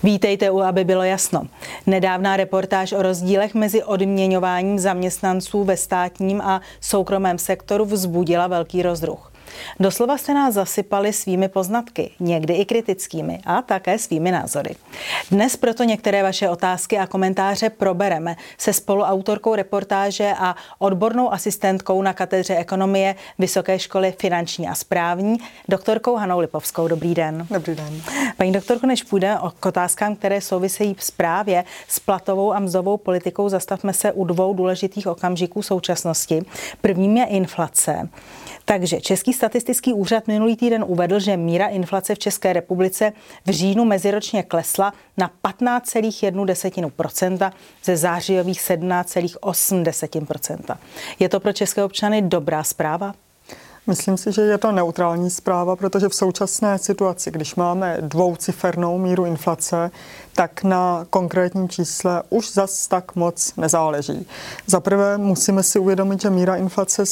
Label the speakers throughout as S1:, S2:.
S1: Vítejte u Aby bylo jasno. Nedávná reportáž o rozdílech mezi odměňováním zaměstnanců ve státním a soukromém sektoru vzbudila velký rozruch. Doslova jste nás zasypali svými poznatky, někdy i kritickými, a také svými názory. Dnes proto některé vaše otázky a komentáře probereme se spoluautorkou reportáže a odbornou asistentkou na katedře ekonomie Vysoké školy finanční a správní, doktorkou Hanou Lipovskou. Dobrý den.
S2: Dobrý den.
S1: Paní doktorko, než půjde k otázkám, které souvisejí právě s platovou a mzdovou politikou, zastavme se u dvou důležitých okamžiků současnosti. Prvním je inflace. Takže Český statistický úřad minulý týden uvedl, že míra inflace v České republice v říjnu meziročně klesla na 15,1% ze zářijových 17,8%. Je to pro české občany dobrá zpráva?
S2: Myslím si, že je to neutrální zpráva, protože v současné situaci, když máme dvoucifernou míru inflace, tak na konkrétním čísle už zas tak moc nezáleží. Za prvé musíme si uvědomit, že míra inflace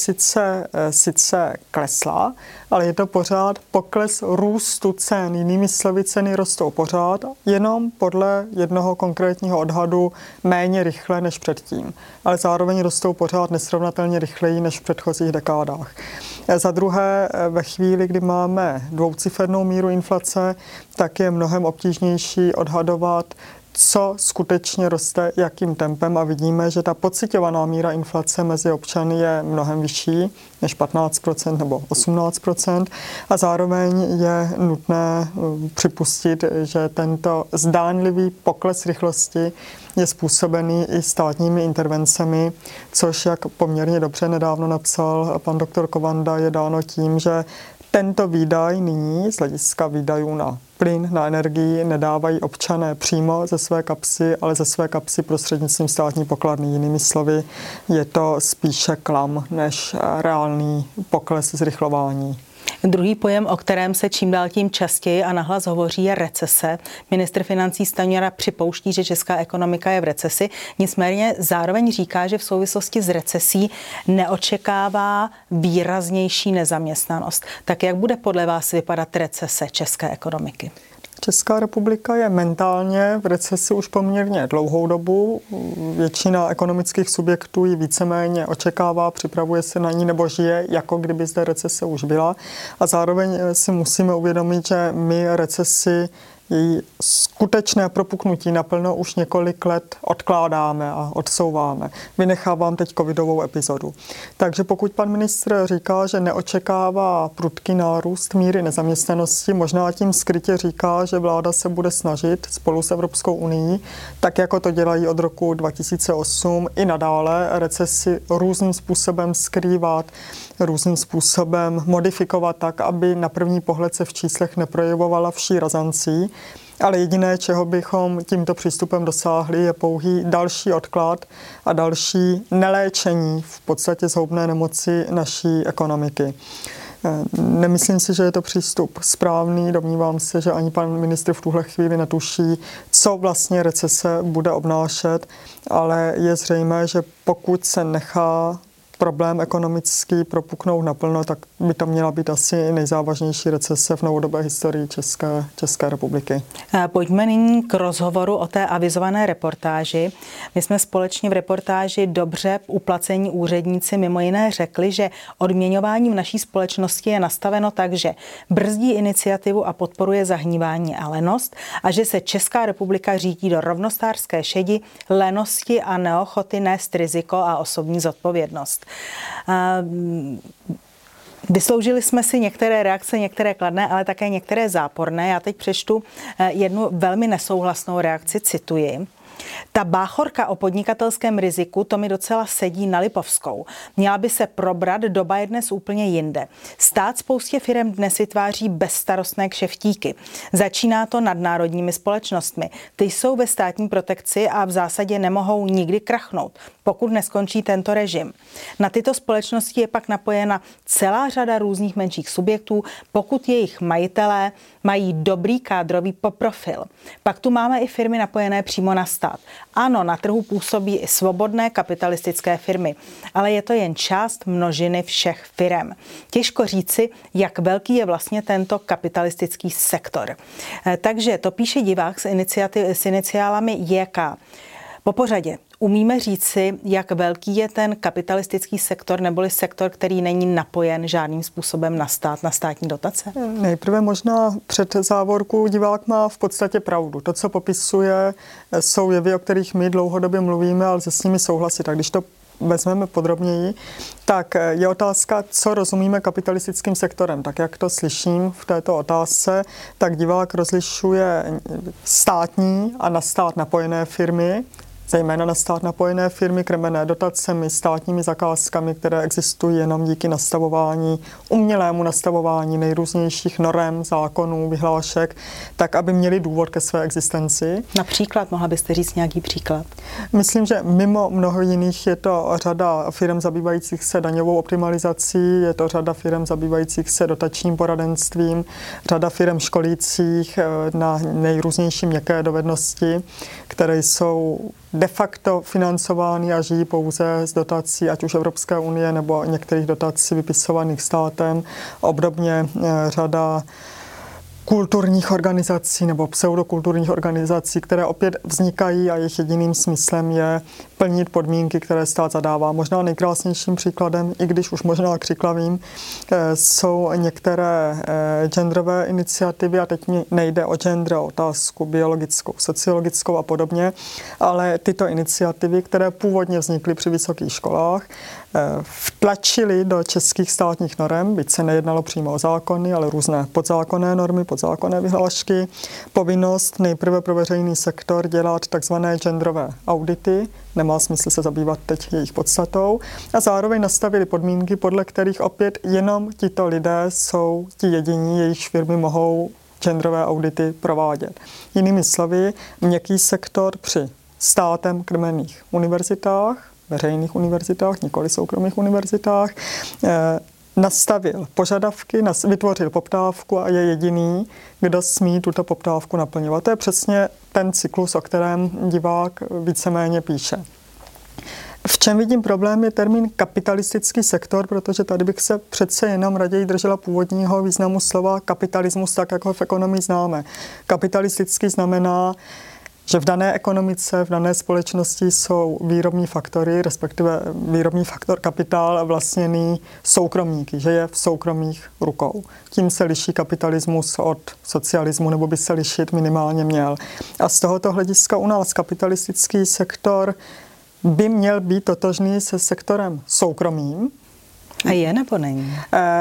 S2: sice klesla, ale je to pořád pokles růstu cen. Jinými slovy, ceny rostou pořád, jenom podle jednoho konkrétního odhadu méně rychle než předtím. Ale zároveň rostou pořád nesrovnatelně rychleji než v předchozích dekádách. Za druhé, ve chvíli, kdy máme dvoucifernou míru inflace, tak je mnohem obtížnější odhadovat, co skutečně roste, jakým tempem, a vidíme, že ta pociťovaná míra inflace mezi občany je mnohem vyšší než 15% nebo 18%, a zároveň je nutné připustit, že tento zdánlivý pokles rychlosti je způsobený i státními intervencemi, což, jak poměrně dobře nedávno napsal pan doktor Kovanda, je dáno tím, že tento výdaj nyní z hlediska výdajů na plyn, na energii nedávají občané přímo ze své kapsy, ale ze své kapsy prostřednictvím státní pokladny. Jinými slovy, je to spíše klam než reálný pokles zrychlování.
S1: Druhý pojem, o kterém se čím dál tím častěji a nahlas hovoří, je recese. Ministr financí Stanjura připouští, že česká ekonomika je v recesi, nicméně zároveň říká, že v souvislosti s recesí neočekává výraznější nezaměstnanost. Tak jak bude podle vás vypadat recese české ekonomiky?
S2: Česká republika je mentálně v recesi už poměrně dlouhou dobu. Většina ekonomických subjektů ji víceméně očekává, připravuje se na ní nebo žije, jako kdyby zde recese už byla. A zároveň si musíme uvědomit, že my recesi, její skutečné propuknutí naplno už několik let odkládáme a odsouváme. Vynechávám teď covidovou epizodu. Takže pokud pan ministr říká, že neočekává prudký nárůst míry nezaměstnanosti, možná tím skrytě říká, že vláda se bude snažit spolu s Evropskou unií, tak jako to dělají od roku 2008, i nadále recesi různým způsobem skrývat, různým způsobem modifikovat tak, aby na první pohled se v číslech neprojevovala vší razancí. Ale jediné, čeho bychom tímto přístupem dosáhli, je pouhý další odklad a další neléčení v podstatě zhoubné nemoci naší ekonomiky. Nemyslím si, že je to přístup správný. Domnívám se, že ani pan ministr v tuhle chvíli netuší, co vlastně recese bude obnášet, ale je zřejmé, že pokud se nechá problém ekonomický propuknout naplno, tak by to měla být asi nejzávažnější recese v novodobé historii České republiky.
S1: Pojďme nyní k rozhovoru o té avizované reportáži. My jsme společně v reportáži Dobře uplacení úředníci mimo jiné řekli, že odměňování v naší společnosti je nastaveno tak, že brzdí iniciativu a podporuje zahnívání a lenost, a že se Česká republika řídí do rovnostářské šedi, lenosti a neochoty nést riziko a osobní zodpovědnost. Vysloužili jsme si některé reakce, některé kladné, ale také některé záporné. Já teď přečtu jednu velmi nesouhlasnou reakci, cituji. Ta báchorka o podnikatelském riziku, to mi docela sedí na Lipovskou. Měla by se probrat, doba je dnes úplně jinde. Stát spoustě firem dnes vytváří bezstarostné kšeftíky. Začíná to nadnárodními společnostmi. Ty jsou ve státní protekci a v zásadě nemohou nikdy krachnout, pokud neskončí tento režim. Na tyto společnosti je pak napojena celá řada různých menších subjektů, pokud jejich majitelé mají dobrý kádrový profil. Pak tu máme i firmy napojené přímo na stát. stát. Ano, na trhu působí i svobodné kapitalistické firmy, ale je to jen část množiny všech firem. Těžko říci, jak velký je vlastně tento kapitalistický sektor. Takže to píše divák s iniciálami JK. Po pořadě. Umíme říci, jak velký je ten kapitalistický sektor, neboli sektor, který není napojen žádným způsobem na stát, na státní dotace?
S2: Nejprve možná před závorku divák má v podstatě pravdu. To, co popisuje, jsou jevy, o kterých my dlouhodobě mluvíme, ale se s nimi souhlasit. Tak když to vezmeme podrobněji, tak je otázka, co rozumíme kapitalistickým sektorem. Tak jak to slyším v této otázce, tak divák rozlišuje státní a na stát napojené firmy, zejména na stát napojené firmy, krmené dotacemi, státními zakázkami, které existují jenom díky nastavování, umělému nastavování nejrůznějších norem, zákonů, vyhlášek, tak, aby měli důvod ke své existenci.
S1: Například, mohla byste říct nějaký příklad?
S2: Myslím, že mimo mnoho jiných je to řada firm zabývajících se daňovou optimalizací, je to řada firm zabývajících se dotačním poradenstvím, řada firm školících na nejrůznější měkké dovednosti, které jsou de facto financovány a žijí pouze z dotací, ať už Evropské unie nebo některých dotací vypisovaných státem. Obdobně řada kulturních organizací nebo pseudokulturních organizací, které opět vznikají a jejich jediným smyslem je plnit podmínky, které stát zadává. Možná nejkrásnějším příkladem, i když už možná křiklavým, jsou některé genderové iniciativy, a teď mi nejde o gender, o otázku biologickou, sociologickou a podobně, ale tyto iniciativy, které původně vznikly při vysokých školách, vtlačili do českých státních norem, byť se nejednalo přímo o zákony, ale různé podzákonné normy, podzákonné vyhlášky, povinnost nejprve pro veřejný sektor dělat takzvané genderové audity, nemá smysl se zabývat teď jejich podstatou, a zároveň nastavili podmínky, podle kterých opět jenom tito lidé jsou ti jediní, jejichž firmy mohou genderové audity provádět. Jinými slovy, měkký sektor při státem krmených univerzitách, veřejných univerzitách, nikoli soukromých univerzitách, nastavil požadavky, vytvořil poptávku a je jediný, kdo smí tuto poptávku naplňovat. To je přesně ten cyklus, o kterém divák víceméně píše. V čem vidím problém je termín kapitalistický sektor, protože tady bych se přece jenom raději držela původního významu slova kapitalismus, tak jako ho v ekonomii známe. Kapitalistický znamená, že v dané ekonomice, v dané společnosti jsou výrobní faktory, respektive výrobní faktor kapitál vlastněný soukromníky, že je v soukromých rukou. Tím se liší kapitalismus od socialismu, nebo by se lišit minimálně měl. A z tohoto hlediska u nás kapitalistický sektor by měl být totožný se sektorem soukromým.
S1: A je nebo není?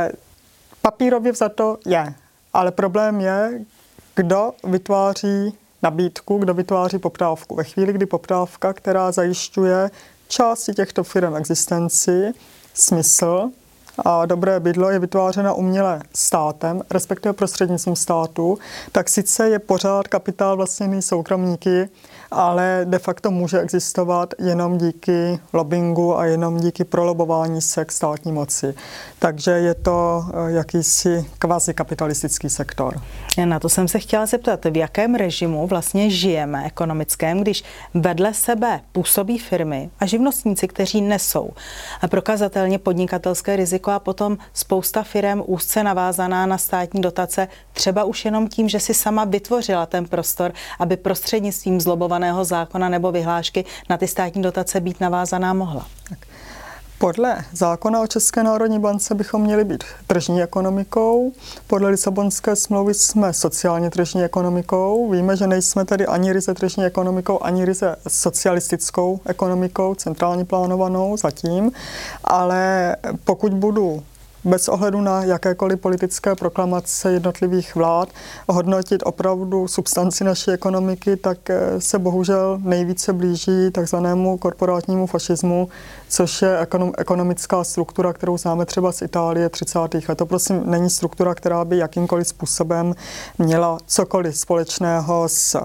S2: Papírově vzato je, ale problém je, kdo vytváří nabídku, kdo vytváří poptávku. Ve chvíli, kdy poptávka, která zajišťuje části těchto firm existenci, smysl a dobré bydlo, je vytvářena uměle státem, respektive prostřednictvím státu, tak sice je pořád kapitál vlastněný soukromníky, ale de facto může existovat jenom díky lobbingu a jenom díky prolobování se k státní moci. Takže je to jakýsi kvazikapitalistický sektor.
S1: Na to jsem se chtěla zeptat, v jakém režimu vlastně žijeme ekonomickém, když vedle sebe působí firmy a živnostníci, kteří nesou prokazatelně podnikatelské riziko a potom spousta firem úzce navázaná na státní dotace, třeba už jenom tím, že si sama vytvořila ten prostor, aby prostřednictvím zlobovaného zákona nebo vyhlášky na ty státní dotace být navázaná mohla.
S2: Tak. Podle zákona o České národní bance bychom měli být tržní ekonomikou. Podle Lisabonské smlouvy jsme sociálně tržní ekonomikou. Víme, že nejsme tedy ani ryze tržní ekonomikou, ani ryze socialistickou ekonomikou, centrálně plánovanou zatím. Ale pokud budu bez ohledu na jakékoliv politické proklamace jednotlivých vlád hodnotit opravdu substanci naší ekonomiky, tak se bohužel nejvíce blíží takzvanému korporátnímu fašismu, což je ekonomická struktura, kterou známe třeba z Itálie 30. let. To prosím není struktura, která by jakýmkoliv způsobem měla cokoliv společného s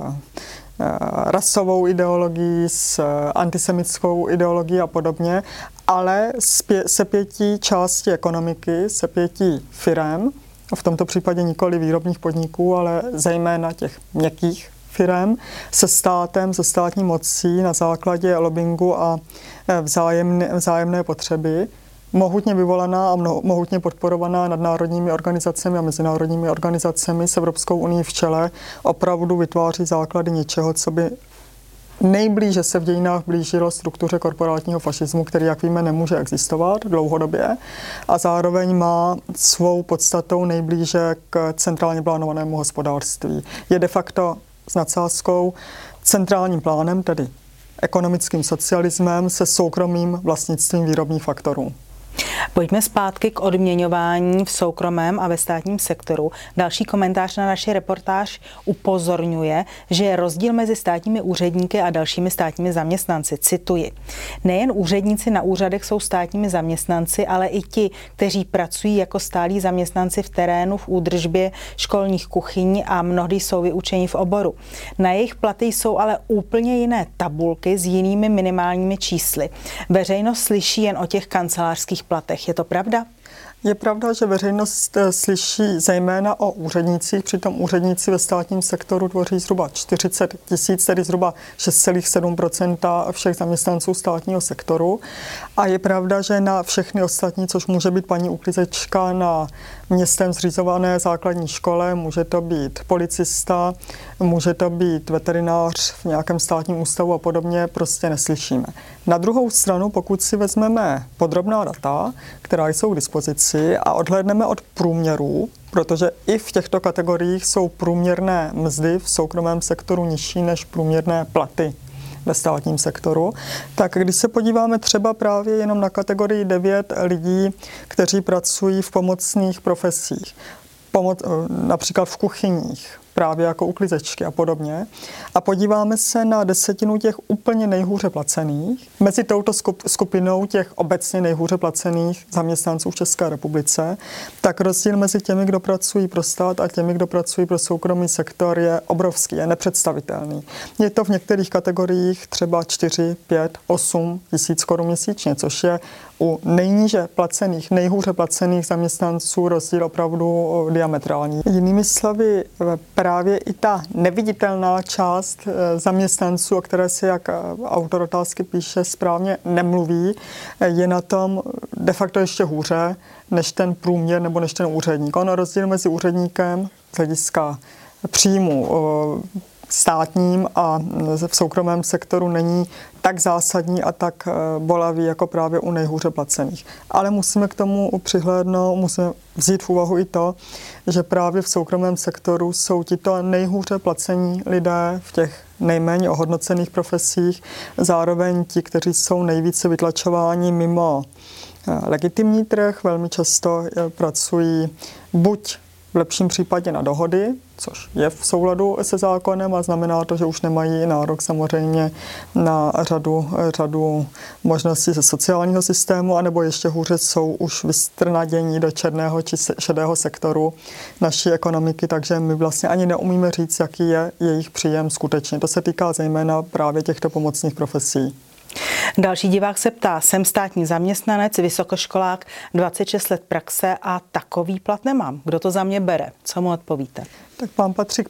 S2: rasovou ideologií, s antisemitskou ideologií a podobně, ale sepětí části ekonomiky, sepětí firem, v tomto případě nikoli výrobních podniků, ale zejména těch měkkých firem se státem, se státní mocí na základě lobbingu a vzájemné potřeby, mohutně vyvolaná a mohutně podporovaná nadnárodními organizacemi a mezinárodními organizacemi s Evropskou unií v čele, opravdu vytváří základy něčeho, co by nejblíže se v dějinách blížilo struktuře korporátního fašismu, který, jak víme, nemůže existovat dlouhodobě a zároveň má svou podstatou nejblíže k centrálně plánovanému hospodářství. Je de facto s nadsázkou centrálním plánem, tedy ekonomickým socialismem se soukromým vlastnictvím výrobních faktorů.
S1: Pojďme zpátky k odměňování v soukromém a ve státním sektoru. Další komentář na naši reportáž upozorňuje, že je rozdíl mezi státními úředníky a dalšími státními zaměstnanci. Cituji. Nejen úředníci na úřadech jsou státními zaměstnanci, ale i ti, kteří pracují jako stálí zaměstnanci v terénu, v údržbě školních kuchyní a mnohdy jsou vyučeni v oboru. Na jejich platy jsou ale úplně jiné tabulky s jinými minimálními čísly. Veřejnost slyší jen o těch kancelářských platech. Je to pravda?
S2: Je pravda, že veřejnost slyší zejména o úřednících, přitom úředníci ve státním sektoru tvoří zhruba 40 000, tedy zhruba 6,7% všech zaměstnanců státního sektoru. A je pravda, že na všechny ostatní, což může být paní uklizečka na městem zřizované základní škole, může to být policista, může to být veterinář v nějakém státním ústavu a podobně, prostě neslyšíme. Na druhou stranu, pokud si vezmeme podrobná data, která jsou k dispozici a odhlédneme od průměrů, protože i v těchto kategoriích jsou průměrné mzdy v soukromém sektoru nižší než průměrné platy ve státním sektoru, tak když se podíváme třeba právě jenom na kategorii 9 lidí, kteří pracují v pomocných profesích, například v kuchyních, právě jako uklizečky a podobně, a podíváme se na desetinu těch úplně nejhůře placených, mezi touto skupinou těch obecně nejhůře placených zaměstnanců v České republice, tak rozdíl mezi těmi, kdo pracují pro stát a těmi, kdo pracují pro soukromý sektor, je obrovský, je nepředstavitelný. Je to v některých kategoriích třeba 4, 5, 8 tisíc korun měsíčně, což je u nejníže placených, nejhůře placených zaměstnanců rozdíl opravdu diametrální. Jinými slovy, právě i ta neviditelná část zaměstnanců, o které si, jak autor otázky píše, správně nemluví, je na tom de facto ještě hůře než ten průměr nebo než ten úředník. On rozdíl mezi úředníkem z hlediska příjmu státním a v soukromém sektoru není tak zásadní a tak bolavý jako právě u nejhůře placených. Ale musíme k tomu přihlédnout, musíme vzít v úvahu i to, že právě v soukromém sektoru jsou tito nejhůře placení lidé v těch nejméně ohodnocených profesích, zároveň ti, kteří jsou nejvíce vytlačováni mimo legitimní trh, velmi často pracují buď v lepším případě na dohody, což je v souladu se zákonem a znamená to, že už nemají nárok samozřejmě na řadu možností ze sociálního systému, anebo ještě hůře jsou už vystrnadění do černého či šedého sektoru naší ekonomiky, takže my vlastně ani neumíme říct, jaký je jejich příjem skutečně. To se týká zejména právě těchto pomocných profesí.
S1: Další divák se ptá, jsem státní zaměstnanec, vysokoškolák, 26 let praxe a takový plat nemám. Kdo to za mě bere? Co mu odpovíte?
S2: Tak pán patří k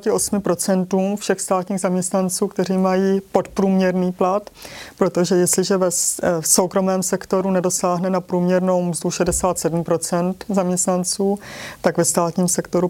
S2: 58% všech státních zaměstnanců, kteří mají podprůměrný plat, protože jestliže v soukromém sektoru nedosáhne na průměrnou mzdu 67% zaměstnanců, tak ve státním sektoru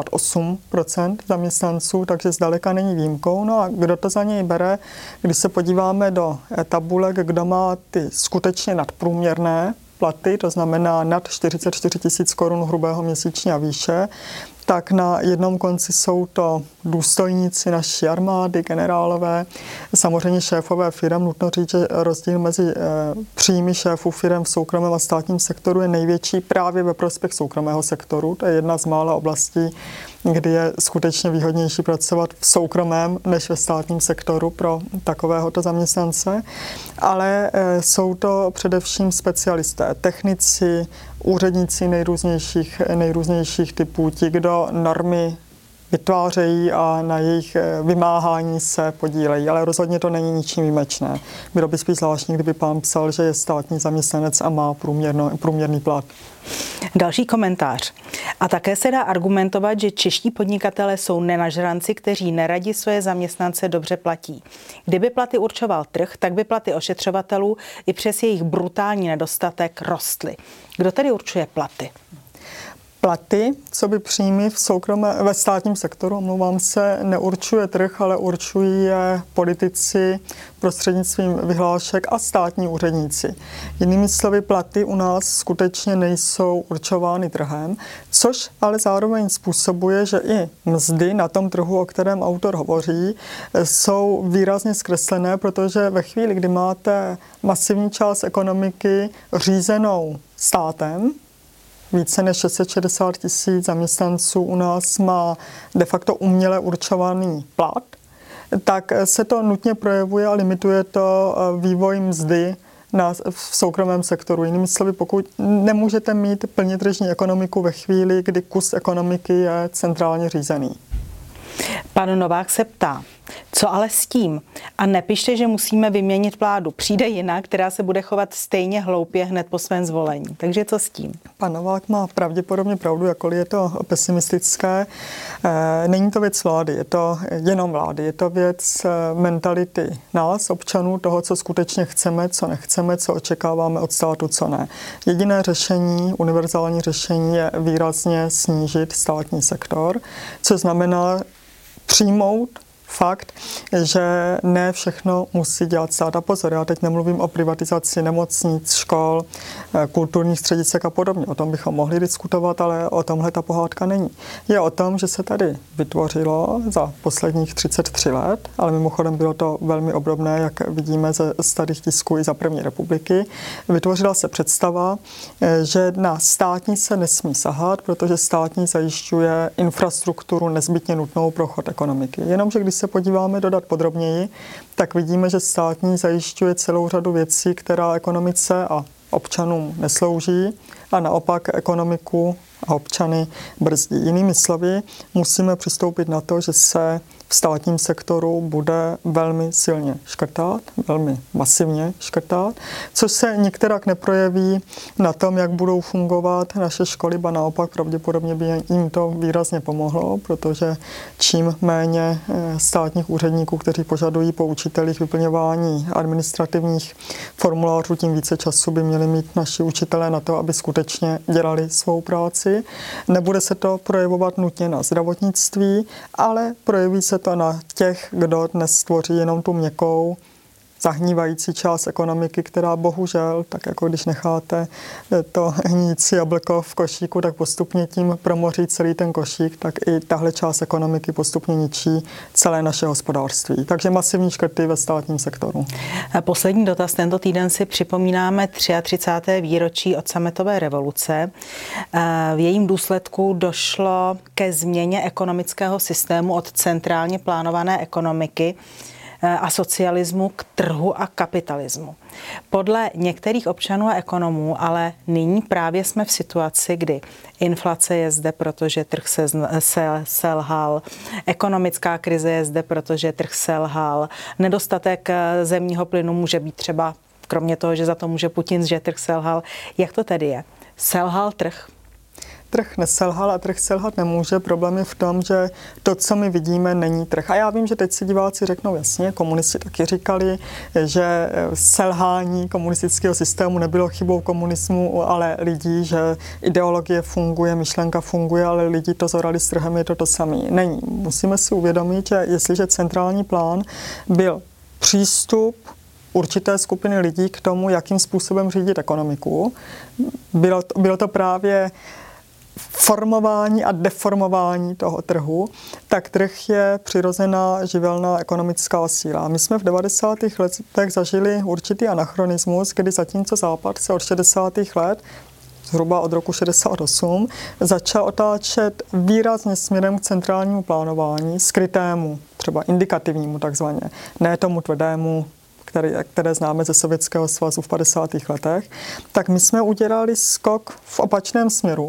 S2: 58% zaměstnanců, takže zdaleka není výjimkou. No a kdo to za něj bere, když se podíváme do tabulek, kdo má ty skutečně nadprůměrné platy, to znamená nad 44 000 korun hrubého měsíčně a výše, tak na jednom konci jsou to důstojníci naší armády, generálové, samozřejmě šéfové firem. Nutno říct, že rozdíl mezi příjmy šéfů firem v soukromém a státním sektoru je největší právě ve prospěch soukromého sektoru. To je jedna z mála oblastí, kdy je skutečně výhodnější pracovat v soukromém než ve státním sektoru pro takovéhoto zaměstnance. Ale jsou to především specialisté, technici, úředníci nejrůznějších typů, ti, kdo normy vytvářejí a na jejich vymáhání se podílejí, ale rozhodně to není ničím výjimečné. Bylo by spíš zvláštní, kdyby pán psal, že je státní zaměstnanec a má průměrný plat.
S1: Další komentář. A také se dá argumentovat, že čeští podnikatelé jsou nenažranci, kteří neradi své zaměstnance dobře platí. Kdyby platy určoval trh, tak by platy ošetřovatelů i přes jejich brutální nedostatek rostly. Kdo tedy určuje platy?
S2: Platy, co by příjmy ve státním sektoru, omlouvám se, neurčuje trh, ale určují je politici prostřednictvím vyhlášek a státní úředníci. Jinými slovy, platy u nás skutečně nejsou určovány trhem, což ale zároveň způsobuje, že i mzdy na tom trhu, o kterém autor hovoří, jsou výrazně zkreslené, protože ve chvíli, kdy máte masivní část ekonomiky řízenou státem, více než 660 000 zaměstnanců u nás má de facto uměle určovaný plat, tak se to nutně projevuje a limituje to vývoj mzdy v soukromém sektoru. Jinými slovy, pokud nemůžete mít plně tržní ekonomiku ve chvíli, kdy kus ekonomiky je centrálně řízený.
S1: Pan Novák se ptá, co ale s tím? A nepíšte, že musíme vyměnit vládu. Přijde jiná, která se bude chovat stejně hloupě hned po svém zvolení. Takže co s tím?
S2: Pan Novák má pravděpodobně pravdu, jakkoliv je to pesimistické. Není to věc vlády, je to jenom vlády. Je to věc mentality nás, občanů, toho, co skutečně chceme, co nechceme, co očekáváme od státu, co ne. Jediné řešení, univerzální řešení je výrazně snížit státní sektor, co znamená přijmout fakt, že ne všechno musí dělat stát. A pozor, já teď nemluvím o privatizaci nemocnic, škol, kulturních středisek a podobně. O tom bychom mohli diskutovat, ale o tomhle ta pohádka není. Je o tom, že se tady vytvořilo za posledních 33 let, ale mimochodem bylo to velmi obdobné, jak vidíme ze starých tisků i za první republiky. Vytvořila se představa, že na státní se nesmí sahat, protože státní zajišťuje infrastrukturu nezbytně nutnou pro chod ekonomiky. Jenomže když se podíváme dodat podrobněji, tak vidíme, že státní zajišťuje celou řadu věcí, která ekonomice a občanům neslouží a naopak ekonomiku a občany brzdí. Jinými slovy, musíme přistoupit na to, že se v státním sektoru bude velmi silně škrtat, velmi masivně škrtat, což se nikterak neprojeví na tom, jak budou fungovat naše školy, ba naopak pravděpodobně by jim to výrazně pomohlo, protože čím méně státních úředníků, kteří požadují po učitelích vyplňování administrativních formulářů, tím více času by měli mít naši učitelé na to, aby skutečně dělali svou práci. Nebude se to projevovat nutně na zdravotnictví, ale projeví se to na těch, kdo dnes tvoří jenom tu měkkou, zahnívající část ekonomiky, která bohužel, tak jako když necháte to hníjící jablko v košíku, tak postupně tím promoří celý ten košík, tak i tahle část ekonomiky postupně ničí celé naše hospodářství. Takže masivní škrty ve státním sektoru.
S1: Poslední dotaz. Tento týden si připomínáme 33. výročí od sametové revoluce. V jejím důsledku došlo ke změně ekonomického systému od centrálně plánované ekonomiky a socialismu k trhu a kapitalismu. Podle některých občanů a ekonomů ale nyní právě jsme v situaci, kdy inflace je zde, protože trh se selhal, ekonomická krize je zde, protože trh selhal, nedostatek zemního plynu může být třeba, kromě toho, že za to může Putin, že trh selhal. Jak to tedy je? Selhal trh?
S2: Trh neselhal a trh selhat nemůže. Problém je v tom, že to, co my vidíme, není trh. A já vím, že teď si diváci řeknou jasně, komunisti taky říkali, že selhání komunistického systému nebylo chybou komunismu, ale lidí, že ideologie funguje, myšlenka funguje, ale lidi to zorali s trhem, je to samé. Není. Musíme si uvědomit, že jestliže centrální plán byl přístup určité skupiny lidí k tomu, jakým způsobem řídit ekonomiku, bylo to právě formování a deformování toho trhu, tak trh je přirozená živelná ekonomická síla. My jsme v 90. letech zažili určitý anachronismus, kdy zatímco Západ se od 60. let zhruba od roku 68, začal otáčet výrazně směrem k centrálnímu plánování, skrytému, třeba indikativnímu takzvaně, ne tomu tvrdému, které známe ze Sovětského svazu v 50. letech, tak my jsme udělali skok v opačném směru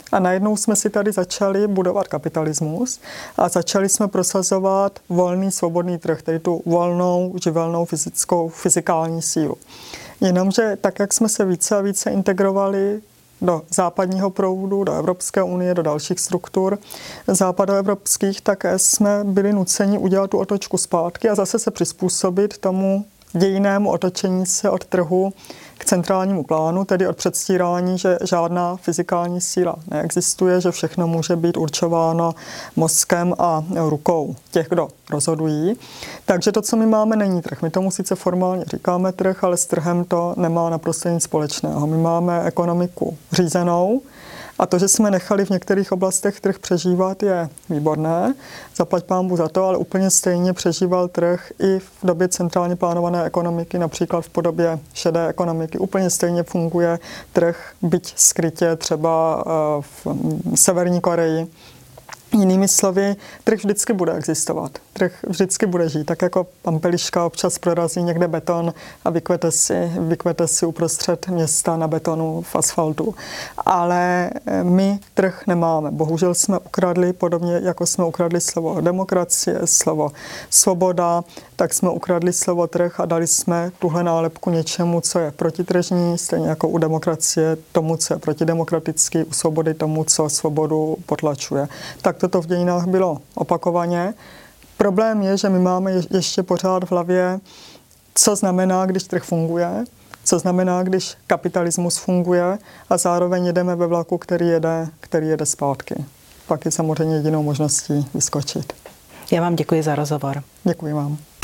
S2: A najednou jsme si tady začali budovat kapitalismus a začali jsme prosazovat volný, svobodný trh, tedy tu volnou, živelnou, fyzikální sílu. Jenomže tak, jak jsme se více a více integrovali do západního proudu, do Evropské unie, do dalších struktur západoevropských, tak jsme byli nuceni udělat tu otočku zpátky a zase se přizpůsobit tomu dějinnému otočení se od trhu k centrálnímu plánu, tedy od předstírání, že žádná fyzikální síla neexistuje, že všechno může být určováno mozkem a rukou těch, kdo rozhodují. Takže to, co my máme, není trh. My tomu sice formálně říkáme trh, ale s trhem to nemá naprosto nic společného. My máme ekonomiku řízenou, a to, že jsme nechali v některých oblastech trh přežívat, je výborné. Zaplať pánbůh za to, ale úplně stejně přežíval trh i v době centrálně plánované ekonomiky, například v podobě šedé ekonomiky. Úplně stejně funguje trh, byť skrytě třeba v Severní Koreji. Jinými slovy, trh vždycky bude existovat. Trh vždycky bude žít. Tak jako pampeliška občas prorazí někde beton a vykvete si uprostřed města na betonu v asfaltu. Ale my trh nemáme. Bohužel jsme ukradli, podobně jako jsme ukradli slovo demokracie, slovo svoboda, tak jsme ukradli slovo trh a dali jsme tuhle nálepku něčemu, co je protitržní, stejně jako u demokracie tomu, co je protidemokratický, u svobody tomu, co svobodu potlačuje. Tak toto v dějinách bylo opakovaně. Problém je, že my máme ještě pořád v hlavě, co znamená, když trh funguje, co znamená, když kapitalismus funguje a zároveň jedeme ve vlaku, který jede zpátky. Pak je samozřejmě jedinou možností vyskočit.
S1: Já vám děkuji za rozhovor.
S2: Děkuji vám.